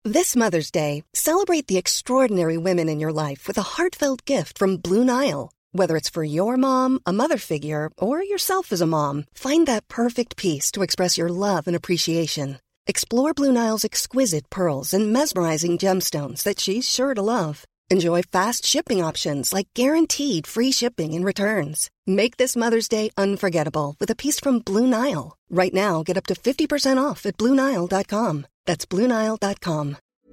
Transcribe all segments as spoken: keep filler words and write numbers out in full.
This Mother's Day, celebrate the extraordinary women in your life with a heartfelt gift from Blue Nile. Whether it's for your mom, a mother figure, or yourself as a mom, find that perfect piece to express your love and appreciation. Explore Blue Nile's exquisite pearls and mesmerizing gemstones that she's sure to love. Enjoy fast shipping options like guaranteed free shipping and returns. Make this Mother's Day unforgettable with a piece from Blue Nile. Right now, get up to fifty percent off at blue nile dot com. That's blue nile dot com.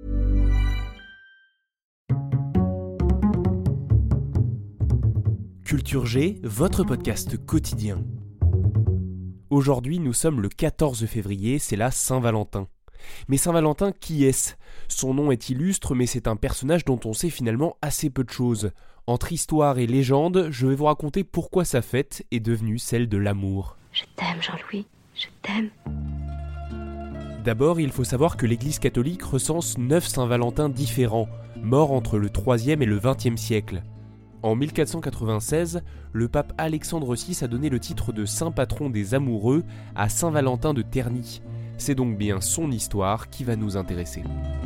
Culture G, votre podcast quotidien. Aujourd'hui, nous sommes le quatorze février, c'est la Saint-Valentin. Mais Saint-Valentin, qui est-ce ? Son nom est illustre, mais c'est un personnage dont on sait finalement assez peu de choses. Entre histoire et légende, je vais vous raconter pourquoi sa fête est devenue celle de l'amour. Je t'aime, Jean-Louis, je t'aime. D'abord, il faut savoir que l'Église catholique recense neuf Saint-Valentin différents, morts entre le troisième et le vingtième siècle. En mille quatre cent quatre-vingt-seize, le pape Alexandre six a donné le titre de saint patron des amoureux à Saint Valentin de Terni. C'est donc bien son histoire qui va nous intéresser.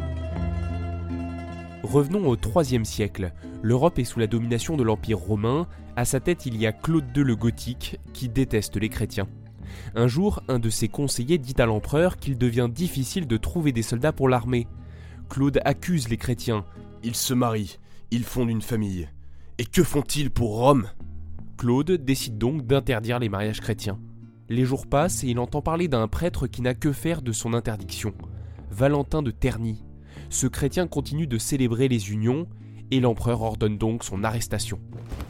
Revenons au troisième siècle. L'Europe est sous la domination de l'Empire romain. À sa tête, il y a Claude deux le Gothique, qui déteste les chrétiens. Un jour, un de ses conseillers dit à l'empereur qu'il devient difficile de trouver des soldats pour l'armée. Claude accuse les chrétiens. Ils se marient, ils fondent une famille. Et que font-ils pour Rome ? Claude décide donc d'interdire les mariages chrétiens. Les jours passent et il entend parler d'un prêtre qui n'a que faire de son interdiction, Valentin de Terni. Ce chrétien continue de célébrer les unions et l'empereur ordonne donc son arrestation.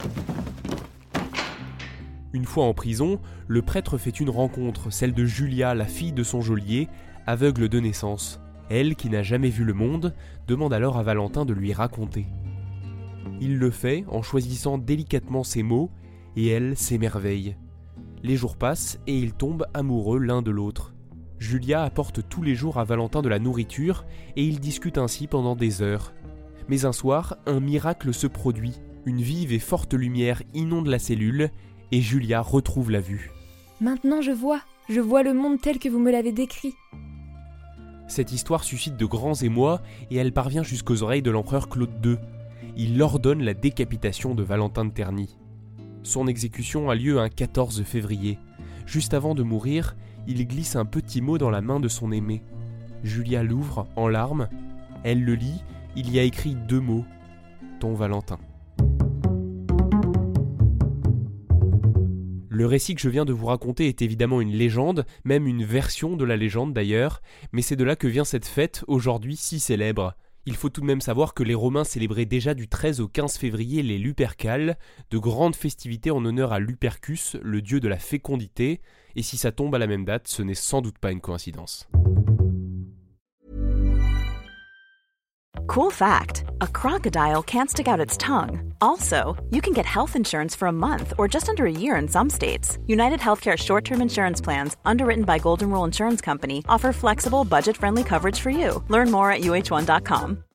Une fois en prison, le prêtre fait une rencontre, celle de Julia, la fille de son geôlier, aveugle de naissance. Elle, qui n'a jamais vu le monde, demande alors à Valentin de lui raconter. Il le fait en choisissant délicatement ses mots et elle s'émerveille. Les jours passent et ils tombent amoureux l'un de l'autre. Julia apporte tous les jours à Valentin de la nourriture et ils discutent ainsi pendant des heures. Mais un soir, un miracle se produit. Une vive et forte lumière inonde la cellule et Julia retrouve la vue. Maintenant je vois, je vois le monde tel que vous me l'avez décrit. Cette histoire suscite de grands émois et elle parvient jusqu'aux oreilles de l'empereur Claude deux. Il ordonne la décapitation de Valentin de Terni. Son exécution a lieu un quatorze février. Juste avant de mourir, il glisse un petit mot dans la main de son aimé. Julia l'ouvre, en larmes. Elle le lit, il y a écrit deux mots. Ton Valentin. Le récit que je viens de vous raconter est évidemment une légende, même une version de la légende d'ailleurs, mais c'est de là que vient cette fête, aujourd'hui si célèbre. Il faut tout de même savoir que les Romains célébraient déjà du treize au quinze février les Lupercales, de grandes festivités en honneur à Lupercus, le dieu de la fécondité, et si ça tombe à la même date, ce n'est sans doute pas une coïncidence. Cool fact, a crocodile can't stick out its tongue. Also, you can get health insurance for a month or just under a year in some states. United Healthcare short-term insurance plans, underwritten by Golden Rule Insurance Company, offer flexible, budget-friendly coverage for you. Learn more at U H one dot com.